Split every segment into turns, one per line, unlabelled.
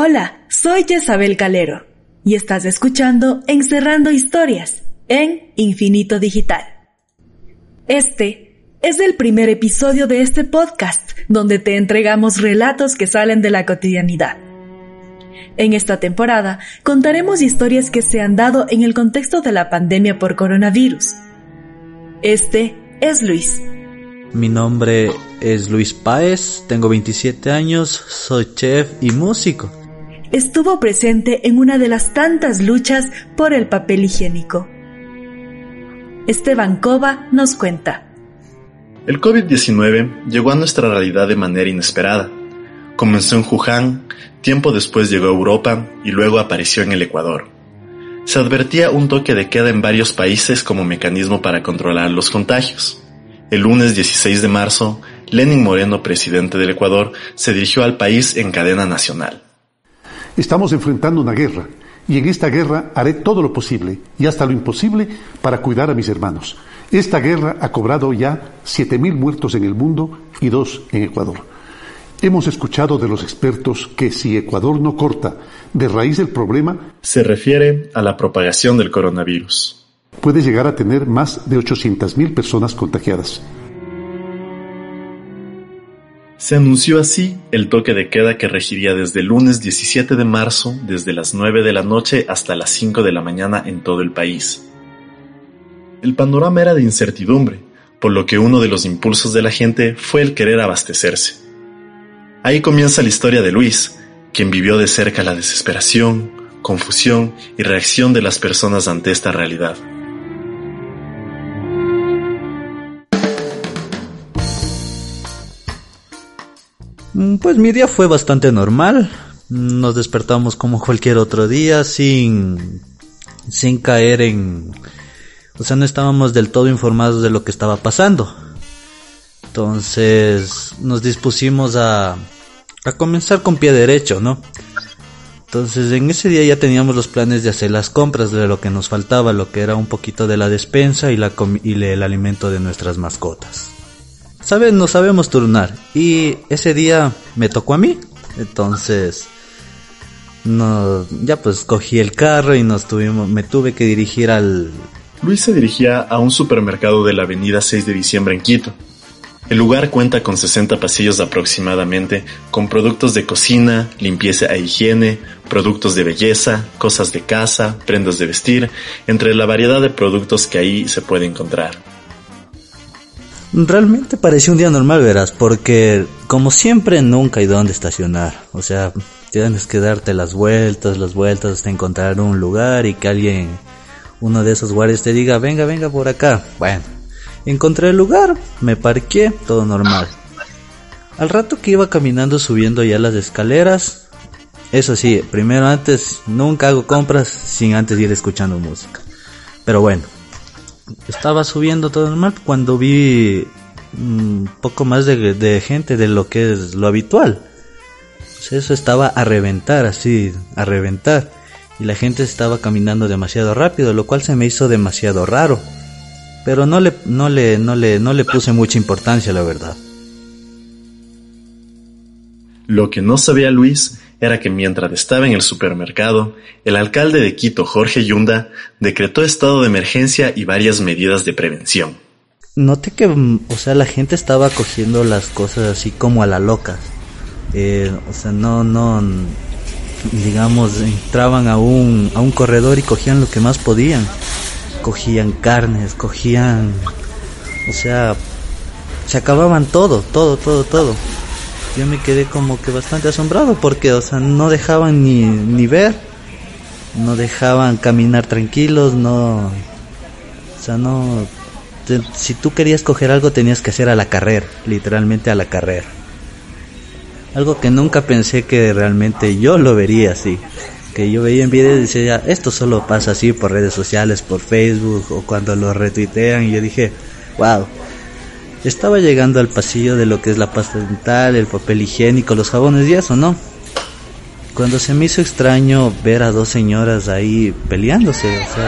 Hola, soy Jezabel Calero y estás escuchando Encerrando Historias en Infinito Digital. Este es el primer episodio de este podcast donde te entregamos relatos que salen de la cotidianidad. En esta temporada contaremos historias que se han dado en el contexto de la pandemia por coronavirus. Este es Luis.
Mi nombre es Luis Páez, tengo 27 años, soy chef y músico.
Estuvo presente en una de las tantas luchas por el papel higiénico. Esteban Cova nos cuenta.
El COVID-19 llegó a nuestra realidad de manera inesperada. Comenzó en Wuhan, tiempo después llegó a Europa y luego apareció en el Ecuador. Se advertía un toque de queda en varios países como mecanismo para controlar los contagios. El lunes 16 de marzo, Lenín Moreno, presidente del Ecuador, se dirigió al país en cadena nacional.
Estamos enfrentando una guerra, y en esta guerra haré todo lo posible, y hasta lo imposible, para cuidar a mis hermanos. Esta guerra ha cobrado ya 7.000 muertos en el mundo y 2 en Ecuador. Hemos escuchado de los expertos que si Ecuador no corta de raíz el problema,
se refiere a la propagación del coronavirus.
Puede llegar a tener más de 800.000 personas contagiadas.
Se anunció así el toque de queda que regiría desde el lunes 17 de marzo, desde las 9 de la noche hasta las 5 de la mañana en todo el país. El panorama era de incertidumbre, por lo que uno de los impulsos de la gente fue el querer abastecerse. Ahí comienza la historia de Luis, quien vivió de cerca la desesperación, confusión y reacción de las personas ante esta realidad.
Pues mi día fue bastante normal. Nos despertamos como cualquier otro día, sin caer en... O sea, no estábamos del todo informados de lo que estaba pasando. Entonces nos dispusimos a comenzar con pie derecho, ¿no? Entonces en ese día ya teníamos los planes de hacer las compras de lo que nos faltaba, lo que era un poquito de la despensa y el alimento de nuestras mascotas. Nos sabemos turnar y ese día me tocó a mí. Entonces ya pues cogí el carro y me tuve que dirigir al...
Luis se dirigía a un supermercado de la avenida 6 de diciembre en Quito. El lugar cuenta con 60 pasillos aproximadamente, con productos de cocina, limpieza e higiene, productos de belleza, cosas de casa, prendas de vestir, entre la variedad de productos que ahí se puede encontrar.
Realmente pareció un día normal, verás, porque como siempre nunca hay dónde estacionar. O sea, tienes que darte las vueltas hasta encontrar un lugar y que uno de esos guardias te diga, venga por acá. Bueno, encontré el lugar, me parqué, todo normal. Al rato que iba caminando subiendo ya las escaleras, eso sí, nunca hago compras sin antes ir escuchando música. Pero bueno, estaba subiendo todo normal cuando vi un poco más de gente de lo que es lo habitual. O sea, eso estaba a reventar. Y la gente estaba caminando demasiado rápido, lo cual se me hizo demasiado raro. Pero no le puse mucha importancia, la verdad.
Lo que no sabía Luis era que mientras estaba en el supermercado, el alcalde de Quito, Jorge Yunda, decretó estado de emergencia y varias medidas de prevención.
Noté que, la gente estaba cogiendo las cosas así como a la loca. Digamos, entraban a un corredor y cogían lo que más podían. Cogían carnes, se acababan todo. Yo me quedé como que bastante asombrado porque, no dejaban ni ver, no dejaban caminar tranquilos, si tú querías coger algo tenías que hacer a la carrera, literalmente a la carrera. Algo que nunca pensé que realmente yo lo vería así, que yo veía en videos y decía, esto solo pasa así por redes sociales, por Facebook o cuando lo retuitean, y yo dije, wow. Estaba llegando al pasillo de lo que es la pasta dental, el papel higiénico, los jabones y eso, ¿no? Cuando se me hizo extraño ver a dos señoras ahí peleándose.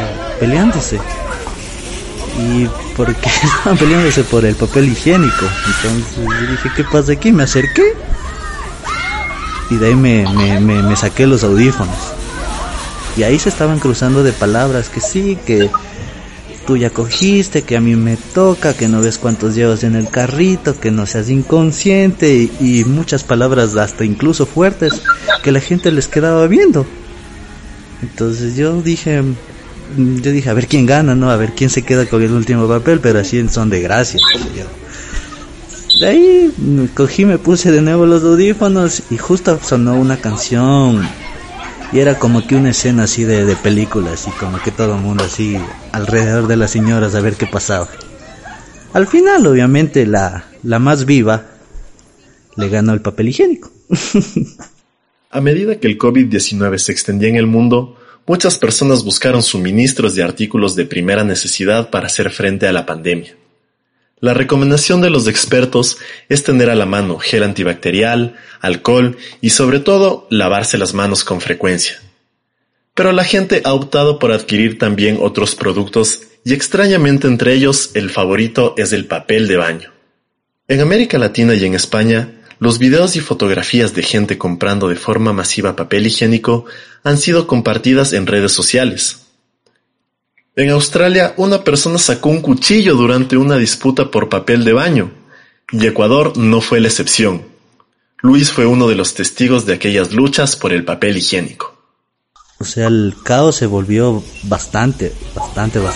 ¿Y por qué estaban peleándose? Por el papel higiénico. Entonces yo dije, ¿qué pasa aquí? Me acerqué Y de ahí me saqué los audífonos. Y ahí se estaban cruzando de palabras, que sí, que tú ya cogiste, que a mí me toca, que no ves cuántos llevas en el carrito, que no seas inconsciente, y muchas palabras hasta incluso fuertes que la gente les quedaba viendo. Entonces yo dije, a ver quién gana, ¿no? A ver quién se queda con el último papel, pero así en son de gracia. De ahí cogí, me puse de nuevo los audífonos y justo sonó una canción. Y era como que una escena así de película, así como que todo el mundo así alrededor de las señoras a ver qué pasaba. Al final, obviamente, la más viva le ganó el papel higiénico.
A medida que el COVID-19 se extendía en el mundo, muchas personas buscaron suministros de artículos de primera necesidad para hacer frente a la pandemia. La recomendación de los expertos es tener a la mano gel antibacterial, alcohol y sobre todo lavarse las manos con frecuencia. Pero la gente ha optado por adquirir también otros productos y extrañamente entre ellos el favorito es el papel de baño. En América Latina y en España, los videos y fotografías de gente comprando de forma masiva papel higiénico han sido compartidas en redes sociales. En Australia, una persona sacó un cuchillo durante una disputa por papel de baño, y Ecuador no fue la excepción. Luis fue uno de los testigos de aquellas luchas por el papel higiénico.
O sea, el caos se volvió bastante. O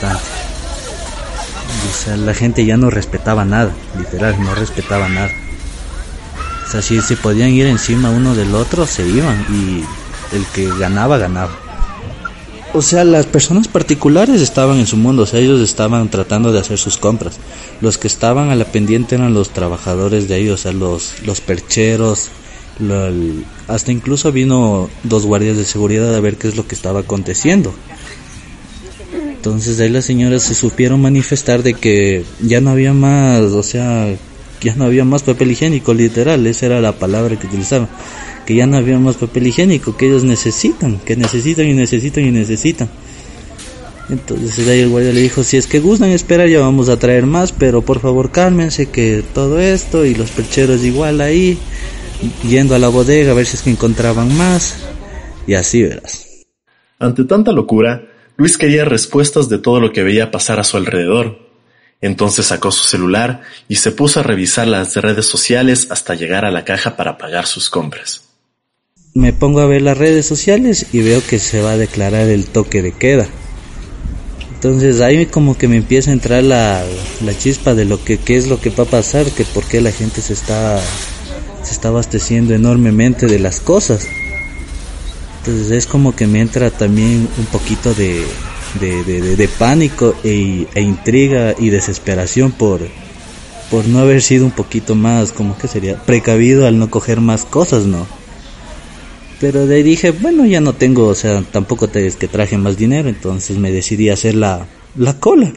sea, la gente ya no respetaba nada, literal, no respetaba nada. O sea, si se podían ir encima uno del otro, se iban, y el que ganaba. O sea, las personas particulares estaban en su mundo, o sea, ellos estaban tratando de hacer sus compras. Los que estaban a la pendiente eran los trabajadores de ahí, o sea, los percheros, hasta incluso vino 2 guardias de seguridad a ver qué es lo que estaba aconteciendo. Entonces ahí las señoras se supieron manifestar de que ya no había más, o sea, ya no había más papel higiénico, literal, esa era la palabra que utilizaban. Que ya no había más papel higiénico, que ellos necesitan. Entonces ahí el guardia le dijo, si es que gustan esperar ya vamos a traer más, pero por favor cálmense que todo esto, y los percheros igual ahí, yendo a la bodega a ver si es que encontraban más, y así verás.
Ante tanta locura, Luis quería respuestas de todo lo que veía pasar a su alrededor. Entonces sacó su celular y se puso a revisar las redes sociales hasta llegar a la caja para pagar sus compras.
Me pongo a ver las redes sociales y veo que se va a declarar el toque de queda. Entonces ahí como que me empieza a entrar la chispa de lo que qué es lo que va a pasar, que por qué la gente se está abasteciendo enormemente de las cosas. Entonces es como que me entra también un poquito de pánico e intriga y desesperación por no haber sido un poquito más, como que sería, precavido al no coger más cosas, ¿no? Pero de ahí dije, bueno, ya no tengo, o sea, tampoco es que traje más dinero, entonces me decidí a hacer la cola.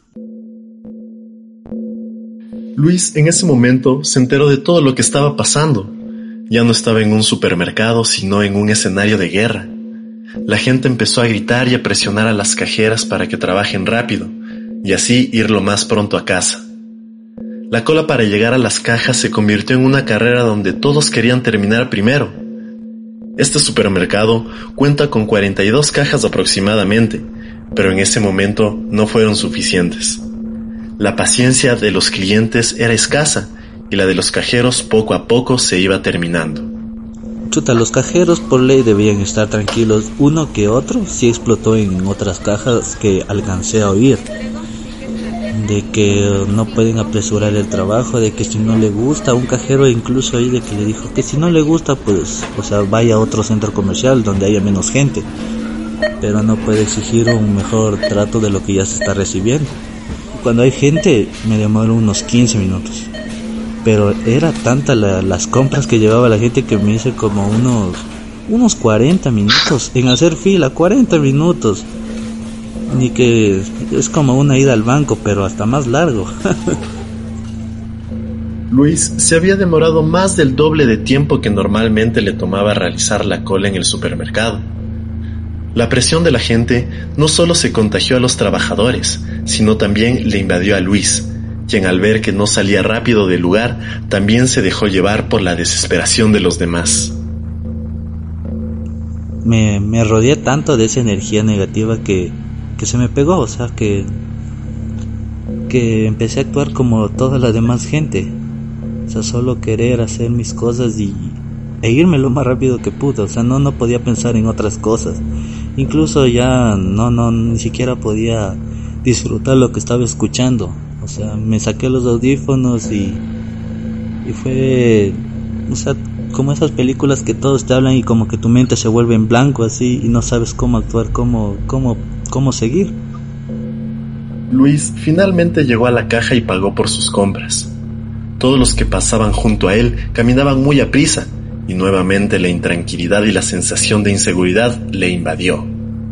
Luis en ese momento se enteró de todo lo que estaba pasando. Ya no estaba en un supermercado, sino en un escenario de guerra. La gente empezó a gritar y a presionar a las cajeras para que trabajen rápido, y así ir lo más pronto a casa. La cola para llegar a las cajas se convirtió en una carrera donde todos querían terminar primero. Este supermercado cuenta con 42 cajas aproximadamente, pero en ese momento no fueron suficientes. La paciencia de los clientes era escasa y la de los cajeros poco a poco se iba terminando.
Chuta, los cajeros por ley debían estar tranquilos, uno que otro sí explotó en otras cajas que alcancé a oír. De que no pueden apresurar el trabajo, de que si no le gusta, un cajero incluso ahí de que le dijo que si no le gusta, pues, o sea, vaya a otro centro comercial donde haya menos gente, pero no puede exigir un mejor trato de lo que ya se está recibiendo. Cuando hay gente me demoro unos 15 minutos, pero era tanta las compras que llevaba la gente que me hice como unos 40 minutos en hacer fila, 40 minutos. Ni que es como una ida al banco, pero hasta más largo.
Luis se había demorado más del doble de tiempo que normalmente le tomaba realizar la cola en el supermercado. La presión de la gente no solo se contagió a los trabajadores, sino también le invadió a Luis, quien al ver que no salía rápido del lugar, también se dejó llevar por la desesperación de los demás.
me rodeé tanto de esa energía negativa que se me pegó, o sea, que empecé a actuar como toda la demás gente, o sea, solo querer hacer mis cosas e irme lo más rápido que pude, o sea, no podía pensar en otras cosas, incluso ya ni siquiera podía disfrutar lo que estaba escuchando, o sea, me saqué los audífonos y fue, o sea, como esas películas que todos te hablan y como que tu mente se vuelve en blanco así y no sabes cómo actuar, cómo seguir.
Luis finalmente llegó a la caja y pagó por sus compras. Todos los que pasaban junto a él caminaban muy aprisa y nuevamente la intranquilidad y la sensación de inseguridad le invadió.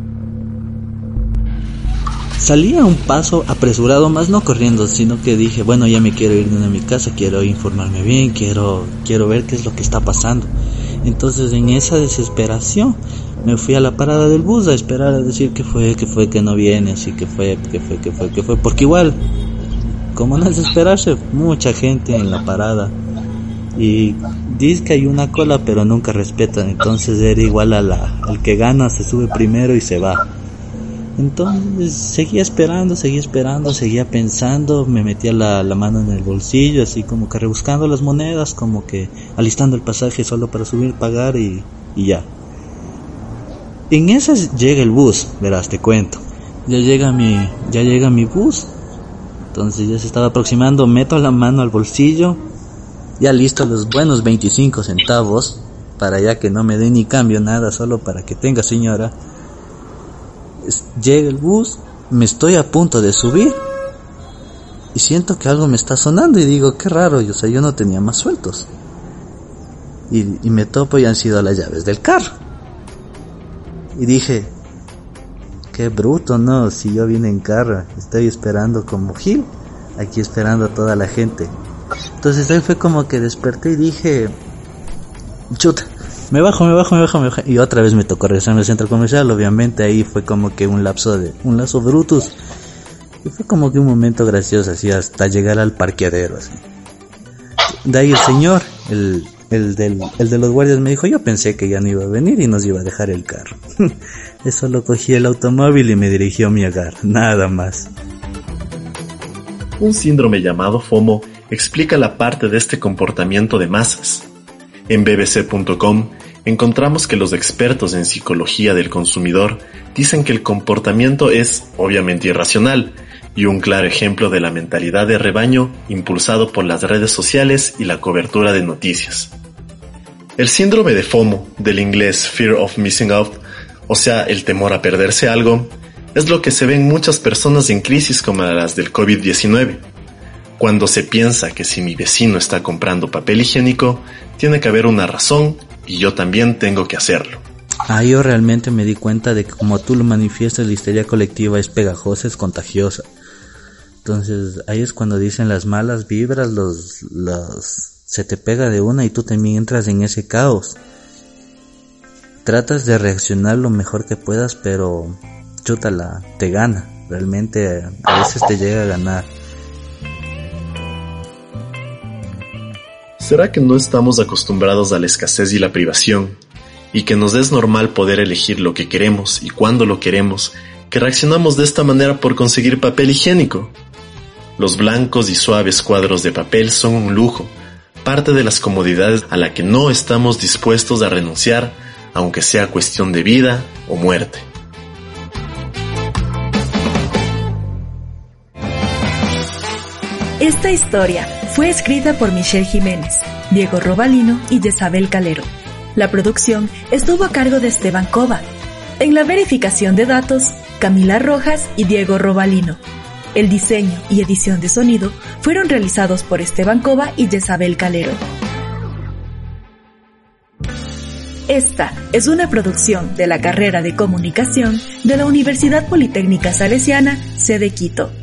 Salí a un paso apresurado, más no corriendo, sino que dije, bueno, ya me quiero ir de mi casa, quiero informarme bien, quiero ver qué es lo que está pasando. Entonces, en esa desesperación, me fui a la parada del bus a esperar a decir que no viene, así que fue, porque igual, como no es esperarse, mucha gente en la parada, y dice que hay una cola, pero nunca respetan, entonces era igual al que gana, se sube primero y se va. Entonces seguía esperando, seguía pensando, me metía la mano en el bolsillo, así como que rebuscando las monedas, como que alistando el pasaje solo para subir, pagar y ya. En esas llega el bus, verás, te cuento. Ya llega mi bus, entonces ya se estaba aproximando, meto la mano al bolsillo, ya listo los buenos 25 centavos, para ya que no me dé ni cambio nada, solo para que tenga señora. Llega el bus, me estoy a punto de subir y siento que algo me está sonando y digo, qué raro, o sea, yo no tenía más sueltos y me topo y han sido las llaves del carro y dije, qué bruto, no, si yo vine en carro, estoy esperando como Gil, aquí esperando a toda la gente. Entonces ahí fue como que desperté y dije, chuta, me bajo y otra vez me tocó regresar al centro comercial. Obviamente ahí fue como que un lapso brutus y fue como que un momento gracioso así hasta llegar al parqueadero así. De ahí el señor, el de los guardias me dijo, yo pensé que ya no iba a venir y nos iba a dejar el carro. Eso lo cogí el automóvil y me dirigió a mi hogar, nada más.
Un síndrome llamado FOMO explica la parte de este comportamiento de masas. En bbc.com encontramos que los expertos en psicología del consumidor dicen que el comportamiento es obviamente irracional y un claro ejemplo de la mentalidad de rebaño impulsado por las redes sociales y la cobertura de noticias. El síndrome de FOMO, del inglés Fear of Missing Out, o sea, el temor a perderse algo, es lo que se ve en muchas personas en crisis como las del COVID-19. Cuando se piensa que si mi vecino está comprando papel higiénico, tiene que haber una razón y yo también tengo que hacerlo.
Ahí yo realmente me di cuenta de que como tú lo manifiestas, la histeria colectiva es pegajosa, es contagiosa. Entonces ahí es cuando dicen las malas vibras, se te pega de una y tú también entras en ese caos. Tratas de reaccionar lo mejor que puedas, pero chútala, te gana. Realmente a veces te llega a ganar.
¿Será que no estamos acostumbrados a la escasez y la privación, y que nos es normal poder elegir lo que queremos y cuándo lo queremos, que reaccionamos de esta manera por conseguir papel higiénico? Los blancos y suaves cuadros de papel son un lujo, parte de las comodidades a la que no estamos dispuestos a renunciar, aunque sea cuestión de vida o muerte.
Esta historia fue escrita por Michelle Jiménez, Diego Robalino y Jezabel Calero. La producción estuvo a cargo de Esteban Cova. En la verificación de datos, Camila Rojas y Diego Robalino. El diseño y edición de sonido fueron realizados por Esteban Cova y Jezabel Calero. Esta es una producción de la carrera de Comunicación de la Universidad Politécnica Salesiana, sede Quito.